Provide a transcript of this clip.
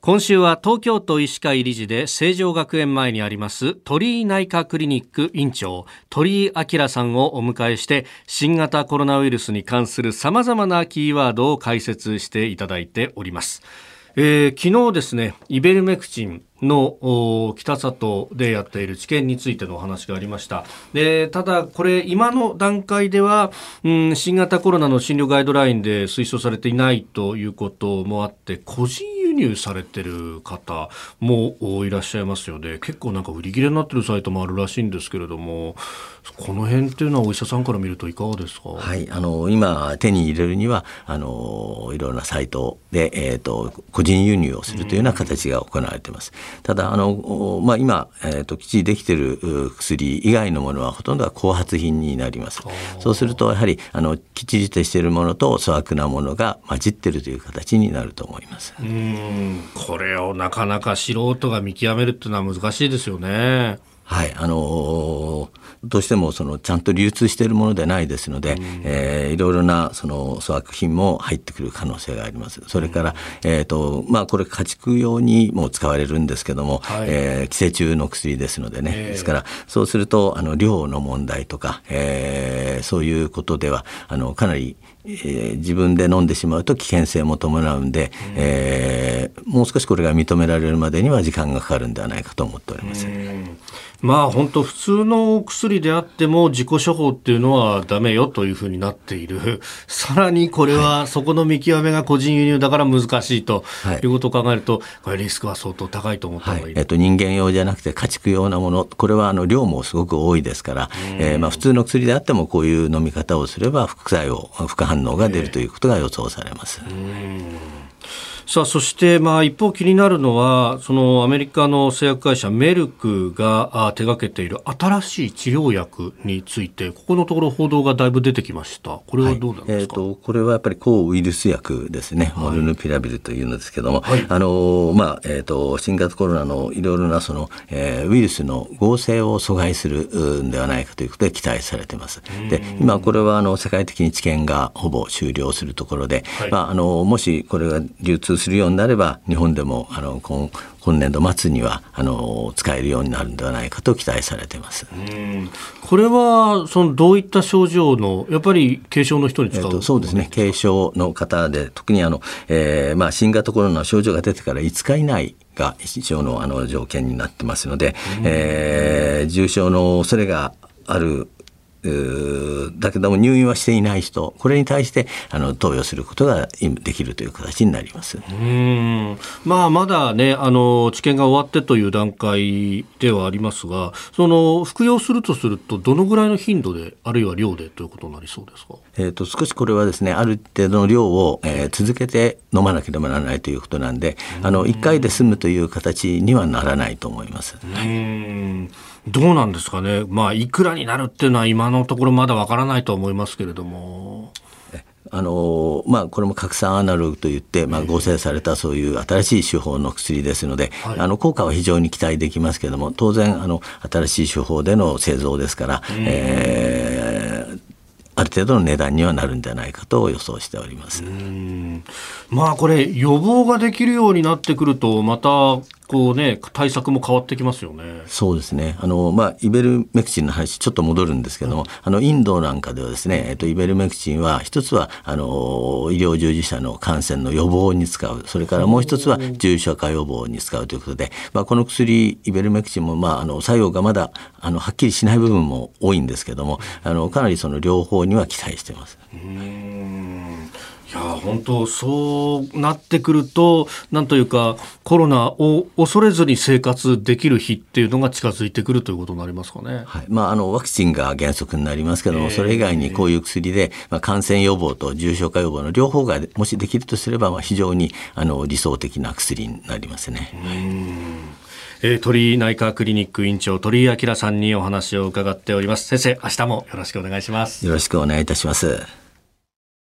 今週は東京都医師会理事で成城学園前にあります鳥居内科クリニック院長鳥居明さんをお迎えして新型コロナウイルスに関する様々なキーワードを解説していただいております。昨日ですね、イベルメクチンの北里でやっている治験についてのお話がありました。ただこれ今の段階では、新型コロナの診療ガイドラインで推奨されていないということもあって個人輸入されてる方もいらっしゃいますよね。結構なんか売り切れになってるサイトもあるらしいんですけれども、この辺っていうのはお医者さんから見るといかがですか？ はい、今手に入れるにはいろいろなサイトで、個人輸入をするというような形が行われています。ただ今、きちりできている薬以外のものはほとんどは後発品になります。そうするとやはりきっちりとしているものと粗悪なものが混じっているという形になると思います。 これをなかなか素人が見極めるっていうのは難しいですよね。 はい、どうしてもちゃんと流通しているものではないですので、いろいろな粗悪品も入ってくる可能性があります。それから、これ家畜用にも使われるんですけども、寄生虫の薬ですのでね、ですからそうすると量の問題とか、そういうことではかなり自分で飲んでしまうと危険性も伴うんで、もう少しこれが認められるまでには時間がかかるんではないかと思っております。 本当普通の薬であっても自己処方っていうのはダメよというふうになっている。さらにこれはそこの見極めが個人輸入だから難しいということを考えると、これリスクは相当高いと思った方がいい。 人間用じゃなくて家畜用なもの、これは量もすごく多いですから、普通の薬であってもこういう飲み方をすれば副反応が出るということが予想されます。 さあ、そして一方気になるのはアメリカの製薬会社メルクが手掛けている新しい治療薬についてここのところ報道がだいぶ出てきました。これはどうなんですか？ これはやっぱり抗ウイルス薬ですね、モルヌピラビルというのですけども、新型コロナのいろいろなウイルスの合成を阻害するんではないかということで期待されています。で、今これは世界的に治験がほぼ終了するところで、もしこれが流通するようになれば日本でも今年度末には使えるようになるのではないかと期待されています。 これはどういった症状のやっぱり軽症の人に使う、 そうですね、軽症の方で特に新型コロナの症状が出てから5日以内が一応の条件になってますので、重症の恐れがあるだけども入院はしていない人、これに対して投与することができるという形になります。 まだね治験が終わってという段階ではありますが、服用するとするとどのぐらいの頻度であるいは量でということになりそうですか？ 少しこれはですね、ある程度の量を、続けて飲まなければならないということなんで、1回で済むという形にはならないと思います。 どうなんですかね。いくらになるっていうのは今のところまだわからないと思いますけれども、 これも拡散アナログといって、合成されたそういう新しい手法の薬ですので、効果は非常に期待できますけれども、当然新しい手法での製造ですから、ある程度の値段にはなるんじゃないかと予想しております。 これ予防ができるようになってくるとまた対策も変わってきますよね。 そうですね。イベルメクチンの話ちょっと戻るんですけども、インドなんかではですね、イベルメクチンは一つは医療従事者の感染の予防に使う、それからもう一つは重症化予防に使うということで、この薬イベルメクチンも作用がまだはっきりしない部分も多いんですけども、かなり両方には期待しています。 いや本当そうなってくるとなんというかコロナを恐れずに生活できる日っていうのが近づいてくるということになりますかね。 ワクチンが原則になりますけども、それ以外にこういう薬で、感染予防と重症化予防の両方がもしできるとすれば、非常に理想的な薬になりますね。 鳥居内科クリニック院長鳥居明さんにお話を伺っております。先生、明日もよろしくお願いします。 よろしくお願いいたします。